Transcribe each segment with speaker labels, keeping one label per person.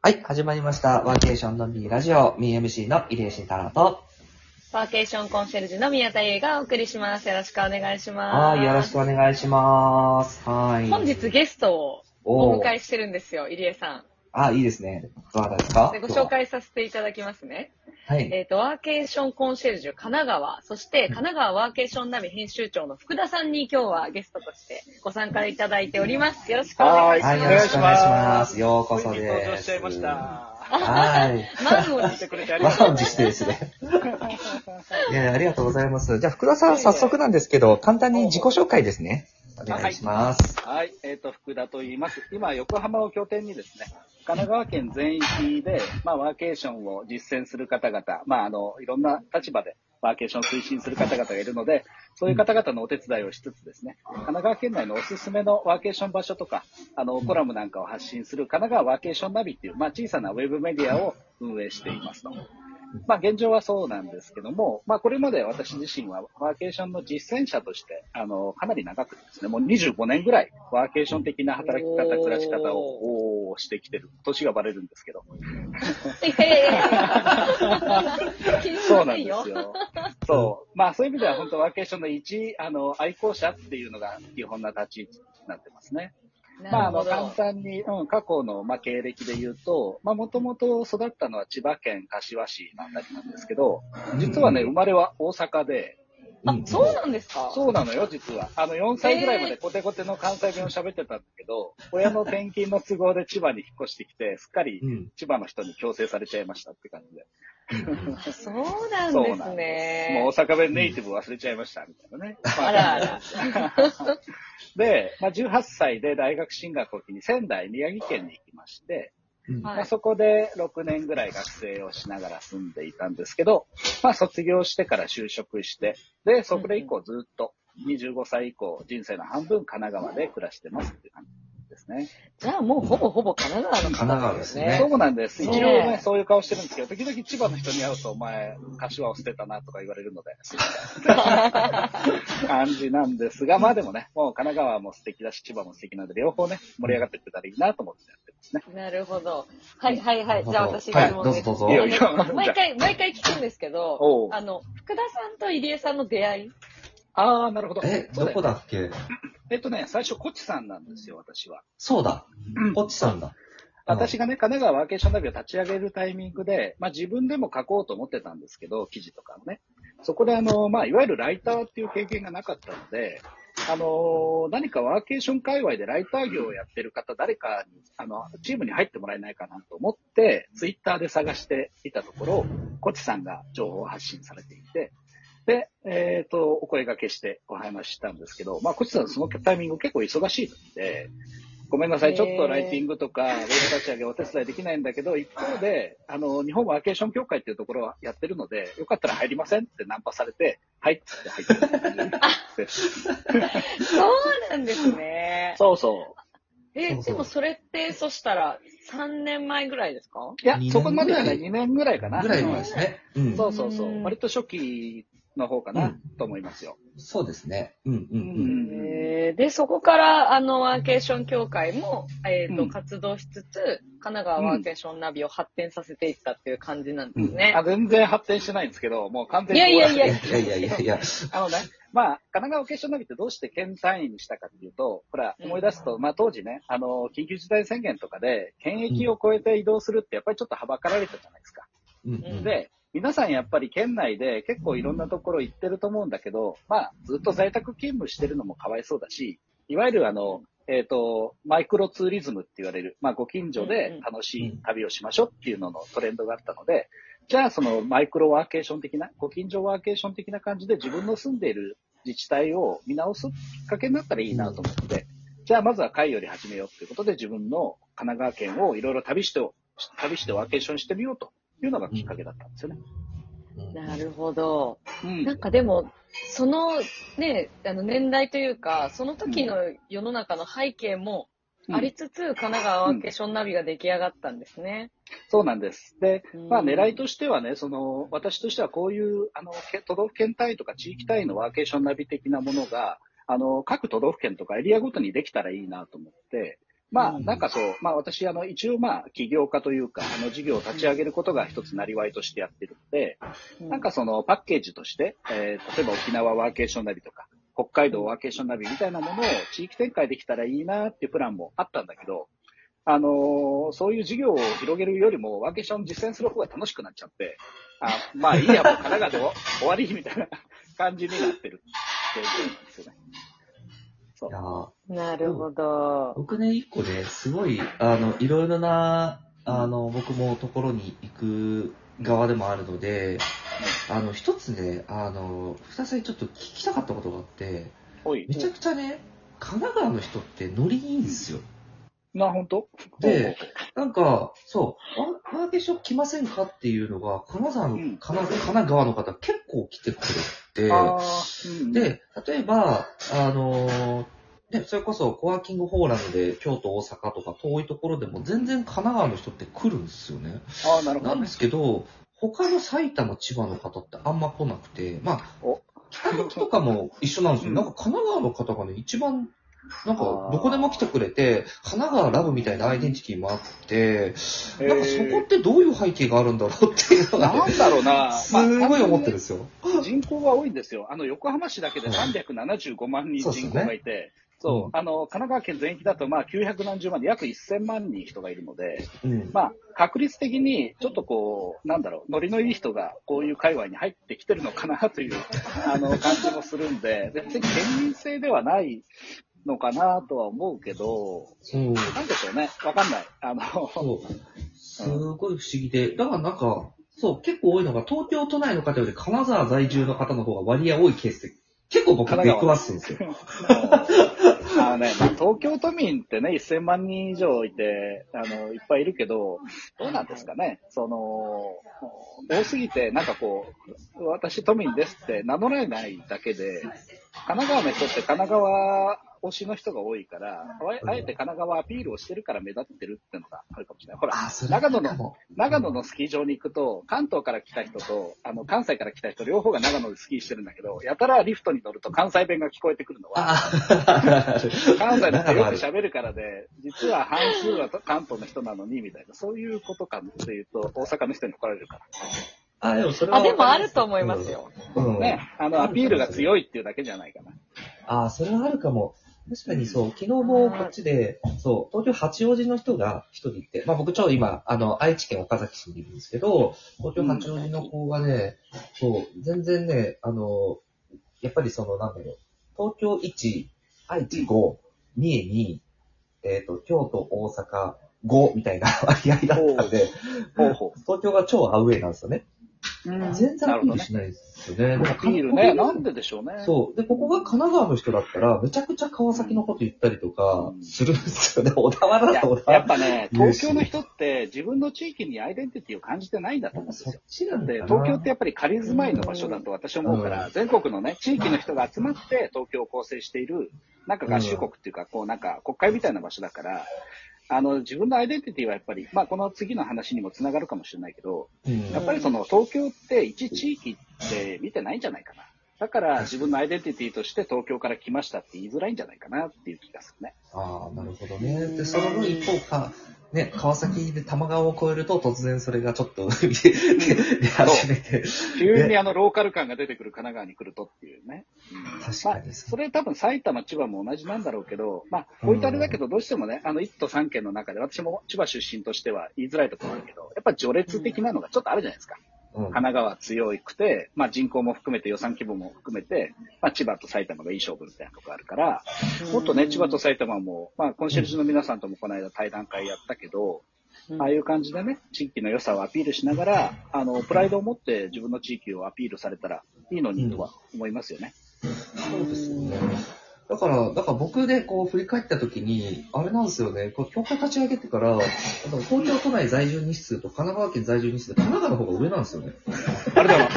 Speaker 1: はい、始まりました。ワーケーションのみラジオ、MC の入江慎太郎と、
Speaker 2: ワーケーションコンシェルジュの宮田優がお送りします。よろしくお願いします。
Speaker 1: はい、よろしくお願いします。はい。
Speaker 2: 本日ゲストをお迎えしてるんですよ、入江さん。
Speaker 1: あ、いいですね。どなたですか？
Speaker 2: でご紹介させていただきますね。
Speaker 1: はい。
Speaker 2: ワーケーションコンシェルジュ神奈川、そして神奈川ワーケーションナビ編集長の福田さんに今日はゲストとしてご参加いただいております。よろしくお願いします。
Speaker 1: はい、よろしくお願いします。ようこそです。
Speaker 3: 登場しちゃいました。
Speaker 1: はい。
Speaker 2: 満を持してくれてありがとうございます。
Speaker 1: 満を持してですね。いや、ありがとうございます。じゃあ、福田さん、早速なんですけど、簡単に自己紹介ですね。お願いします。
Speaker 3: はい、福田と言います。今、横浜を拠点にですね、神奈川県全域で、ワーケーションを実践する方々、いろんな立場でワーケーションを推進する方々がいるので、そういう方々のお手伝いをしつつですね、神奈川県内のおすすめのワーケーション場所とか、コラムなんかを発信する神奈川ワーケーションナビっていう、小さなウェブメディアを運営していますと。現状はそうなんですけども、これまで私自身はワーケーションの実践者として、かなり長くですね、もう25年ぐらいワーケーション的な働き方、暮らし方をしてきてる。年がバレるんですけど。そうなんですよ。そう。そういう意味では本当ワーケーションの一、愛好者っていうのが基本な立ち位置になってますね。簡単に、過去の、経歴で言うと、もともと育ったのは千葉県柏市のあたりなんですけど、実はね、生まれは大阪で、
Speaker 2: そうなんですか？
Speaker 3: そうなのよ、実は。4歳ぐらいまでコテコテの関西弁を喋ってたんだけど、親の転勤の都合で千葉に引っ越してきて、すっかり千葉の人に強制されちゃいましたって感じで。
Speaker 2: そうなんですね。
Speaker 3: もう大阪弁ネイティブ忘れちゃいました、みたいなね。
Speaker 2: あらあら。
Speaker 3: で、18歳で大学進学を機に仙台、宮城県に行きまして、そこで6年ぐらい学生をしながら住んでいたんですけど、卒業してから就職して、で、そこ以降ずっと25歳以降、人生の半分神奈川で暮らしてますっていう感じですね。
Speaker 2: じゃあもうほぼ神奈川の方なんですね。
Speaker 3: そうなんです。一応ね、そういう顔してるんですけど、時々千葉の人に会うと、お前、柏を捨てたなとか言われるので、感じなんですが、でもね、もう神奈川も素敵だし、千葉も素敵なので、両方ね、盛り上がってくれたらいいなと思ってやってますね。
Speaker 2: なるほど。はい。じゃあ私が質問です。
Speaker 1: どうぞ。
Speaker 2: 毎回聞くんですけど、福田さんと入江さんの出会い。
Speaker 3: なるほど。
Speaker 1: どこだっけ？
Speaker 3: 最初、コチさんなんですよ、私は。
Speaker 1: そうだ。コチさんだ。
Speaker 3: 私がね、神奈川ワーケーションナビを立ち上げるタイミングで、自分でも書こうと思ってたんですけど、記事とかをね。そこでいわゆるライターっていう経験がなかったので、何かワーケーション界隈でライター業をやってる方、誰かに、チームに入ってもらえないかなと思って、ツイッターで探していたところ、コチさんが情報を発信されていて、で、お声掛けしてお話ししたんですけど、コチさんそのタイミング結構忙しいので、ごめんなさい、ちょっとライティングとか、ウェブ立ち上げお手伝いできないんだけど、一方で、日本ワーケーション協会っていうところはやってるので、よかったら入りませんってナンパされて、はいって入ってるって
Speaker 2: そうなんですね。
Speaker 3: そうそう。
Speaker 2: でもそれって、そしたら3年前ぐらいですか？
Speaker 3: いや、そこまではね、2年ぐらいかな。
Speaker 1: ぐらい前ですね。
Speaker 3: そう。割と初期の方かな、と思いますよ。
Speaker 1: そうですね。
Speaker 2: で、そこから、ワーケーション協会も、活動しつつ、神奈川ワーケーションナビを発展させていったっていう感じなんですね。
Speaker 3: 全然発展してないんですけど、もう完全に。
Speaker 2: いや。
Speaker 3: 神奈川ワーケーションナビってどうして県単位にしたかっていうと、ほら、思い出すと、当時ね、緊急事態宣言とかで、県域を越えて移動するってやっぱりちょっとはばかられたじゃないですか。で、皆さんやっぱり県内で結構いろんなところ行ってると思うんだけど、ずっと在宅勤務してるのもかわいそうだし、いわゆるマイクロツーリズムって言われる、ご近所で楽しい旅をしましょうっていうののトレンドがあったので、じゃあそのマイクロワーケーション的な、ご近所ワーケーション的な感じで自分の住んでいる自治体を見直すきっかけになったらいいなと思って、じゃあまずは会より始めようっていうことで自分の神奈川県をいろいろ旅してワーケーションしてみようというのがきっかけだったんですよね。
Speaker 2: なるほど。なんかでも、そのね、年代というか、その時の世の中の背景もありつつ、神奈川ワーケーションナビが出来上がったんですね。
Speaker 3: そうなんです。で、狙いとしてはね、私としてはこういう、都道府県単位とか地域単位のワーケーションナビ的なものが、各都道府県とかエリアごとにできたらいいなと思って、 なんかそう、私、一応起業家というか、事業を立ち上げることが一つなりわいとしてやってるので、なんかそのパッケージとして、例えば沖縄ワーケーションナビとか、北海道ワーケーションナビみたいなものを地域展開できたらいいなっていうプランもあったんだけど、そういう事業を広げるよりもワーケーション実践する方が楽しくなっちゃって、いいや、もう神奈川で終わりみたいな感じになってるっていうなんですよね。
Speaker 1: いや
Speaker 2: なるほど。
Speaker 1: 僕ね、一個ね、すごい、いろいろな、僕もところに行く側でもあるので、一つね、福田さんにちょっと聞きたかったことがあって、めちゃくちゃね、神奈川の人ってノリいいんですよ。
Speaker 3: 本当？
Speaker 1: で、なんか、そう、ワーケーション来ませんかっていうのが、神奈川の方結構来てくれて、で、例えば、それこそコワーキングフォーラムで京都、大阪とか遠いところでも全然神奈川の人って来るんですよね。
Speaker 3: なるほど。
Speaker 1: なんですけど、他の埼玉、千葉の方ってあんま来なくて、北向きとかも一緒なんですよ。なんか神奈川の方がね、一番、なんか、どこでも来てくれて、神奈川ラブみたいなアイデンティティもあって、なんかそこってどういう背景があるんだろうっていうのが、
Speaker 3: なんだろうな、
Speaker 1: すごい思ってるんですよ。
Speaker 3: 人口が多いんですよ。横浜市だけで375万人人口がいて、神奈川県全域だと900何十万人、約1000万人人がいるので、確率的にちょっとノリのいい人がこういう界隈に入ってきてるのかなという感じもするんで、別に県民性ではないのかなとは思うけど、なんでしょうね。わかんない。
Speaker 1: すごい不思議で、だからなんか、結構多いのが東京都内の方より金沢在住の方の方が割合多いケースで、結構僕出くわすんですよ。
Speaker 3: 東京都民ってね、1000万人以上いて、いっぱいいるけど、どうなんですかね。多すぎて、私都民ですって名乗られないだけで、神奈川の人って神奈川推しの人が多いから、あえて神奈川アピールをしてるから目立ってるってのがあるかもしれない。ほら、長野のスキー場に行くと、関東から来た人と、関西から来た人、両方が長野でスキーしてるんだけど、やたらリフトに乗ると関西弁が聞こえてくるのは、関西の人よく喋るからで、実は半数は関東の人なのに、みたいな、そういうことかっていうと、大阪の人に怒られるから。
Speaker 2: でもあると思いますよ。
Speaker 3: ね、アピールが強いっていうだけじゃないかな。
Speaker 1: それはあるかも。確かに昨日もこっちで、東京八王子の人が一人いて、僕今、愛知県岡崎市にいるんですけど、東京八王子の子がね、全然ね、やっぱり東京1、愛知5、三重2、京都、大阪5みたいな割合だったんで、東京が超アウェイなんですよね。全然アピールしないですよね。
Speaker 3: アピールね、なんででしょうね。
Speaker 1: で、ここが神奈川の人だったら、めちゃくちゃ川崎のこと言ったりとか、するんですよね。小田原だと
Speaker 3: やっぱね、東京の人って自分の地域にアイデンティティを感じてないんだと思うんですよ。
Speaker 1: そっちなんだよ。
Speaker 3: 東京ってやっぱり仮住まいの場所だと私は思うから、全国のね、地域の人が集まって東京を構成している、なんか合衆国っていうか、国会みたいな場所だから、自分のアイデンティティはやっぱり、この次の話にもつながるかもしれないけど、やっぱり東京って一地域って見てないんじゃないかな。だから自分のアイデンティティとして東京から来ましたって言いづらいんじゃないかなっていう気がするね。
Speaker 1: なるほどね。で、その一方ね、川崎で多摩川を越えると突然それがちょっと出始めて。
Speaker 3: 急にローカル感が出てくる神奈川に来るとっていうね。
Speaker 1: 確かに
Speaker 3: それ多分埼玉、千葉も同じなんだろうけど、こういったあれだけどどうしてもね、1都3県の中で私も千葉出身としては言いづらいところあるけど、やっぱ序列的なのがちょっとあるじゃないですか。神奈川強くて、人口も含めて予算規模も含めて、千葉と埼玉がいい勝負みたいなところあるから、もっとね、千葉と埼玉も、コンシェルジュの皆さんともこの間対談会やったけど、ああいう感じでね、地域の良さをアピールしながら、プライドを持って自分の地域をアピールされたらいいのにとは思いますよね。
Speaker 1: そうですよね。だから僕で振り返ったときに、あれなんですよね、協会立ち上げてから、東京都内在住日数と神奈川県在住日数で神奈川の方が上なんですよね。
Speaker 3: あれだな。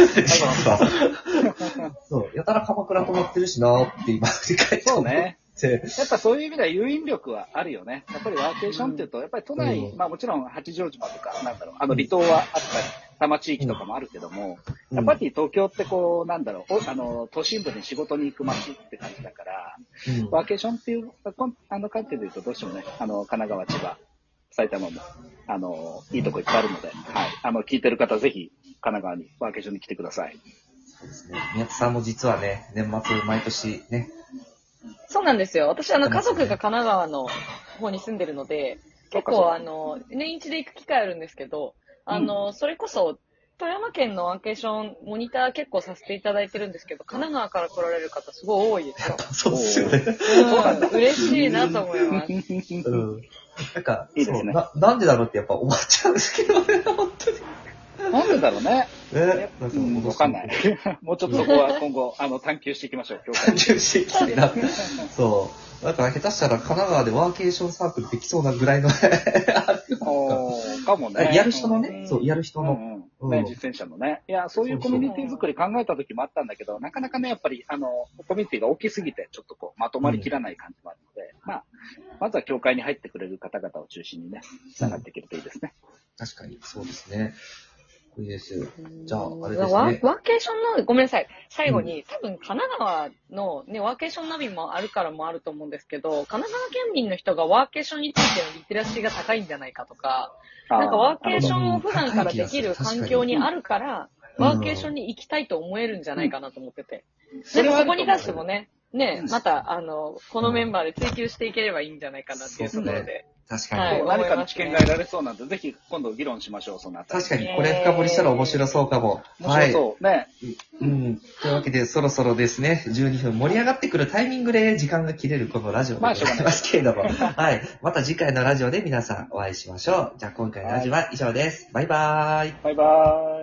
Speaker 1: やたら鎌倉泊まってるしなーって今振り返って。
Speaker 3: そうね。やっぱそういう意味では誘引力はあるよね。やっぱりワーケーションっていうと、やっぱり都内、もちろん八丈島とか、離島はあったり、 多摩地域とかもあるけども、やっぱり東京ってこう、なんだろう、都心部に仕事に行く街って感じだから、ワーケーションっていう、観点で言うとどうしてもね、神奈川、千葉、埼玉も、いいとこいっぱいあるので、はい。聞いてる方ぜひ、神奈川にワーケーションに来てください。
Speaker 1: そうですね。宮田さんも実はね、年末毎年ね。
Speaker 2: そうなんですよ。私、家族が神奈川の方に住んでるので、結構、年一で行く機会あるんですけど、それこそ、富山県のワーケーション、モニター結構させていただいてるんですけど、神奈川から来られる方すごい多いですよ。
Speaker 1: そうですよね。
Speaker 2: 嬉しいなと思います。
Speaker 1: なんか、
Speaker 3: いいですね。
Speaker 1: なんでだろうってやっぱ思っちゃうんですけどね、本当に。
Speaker 3: なんでだろうね。わかんない。もうちょっとそこは今後、探求していきましょう。
Speaker 1: 探求していきたいな。そう。だから下手したら神奈川でワーケーションサークルできそうなぐらいの
Speaker 3: かもね。
Speaker 1: やる人のね、そう、やる人の。
Speaker 3: ね、実践者のね。いや、そういうコミュニティ作り考えた時もあったんだけど、なかなかね、やっぱり、コミュニティが大きすぎて、ちょっとこう、まとまりきらない感じもあるので、まずは協会に入ってくれる方々を中心にね、繋がっていけるといいですね。
Speaker 1: 確かに、そうですね。いいですよ。じゃあ、あれですね。
Speaker 2: ワーケーションの、ごめんなさい。最後に、多分神奈川のね、ワーケーションナビもあるからもあると思うんですけど、神奈川県民の人がワーケーションについてのリテラシーが高いんじゃないかとか、なんかワーケーションを普段からできる環境にあるから、ワーケーションに行きたいと思えるんじゃないかなと思ってて。でもそこに関してもね、また、このメンバーで追求していければいいんじゃないかなっていうところで。
Speaker 1: 確かに。
Speaker 3: 何かの知見が得られそうなんで、ぜひ今度議論しましょう、そのあたり。
Speaker 1: 確かに、これ深掘りしたら面白そうかも。
Speaker 3: 面白そう。ね。
Speaker 1: というわけで、そろそろですね、12分盛り上がってくるタイミングで時間が切れるこのラジオでございますけれども。はい。また次回のラジオで皆さんお会いしましょう。じゃあ今回のラジオは以上です。バイバーイ。
Speaker 3: バイバーイ。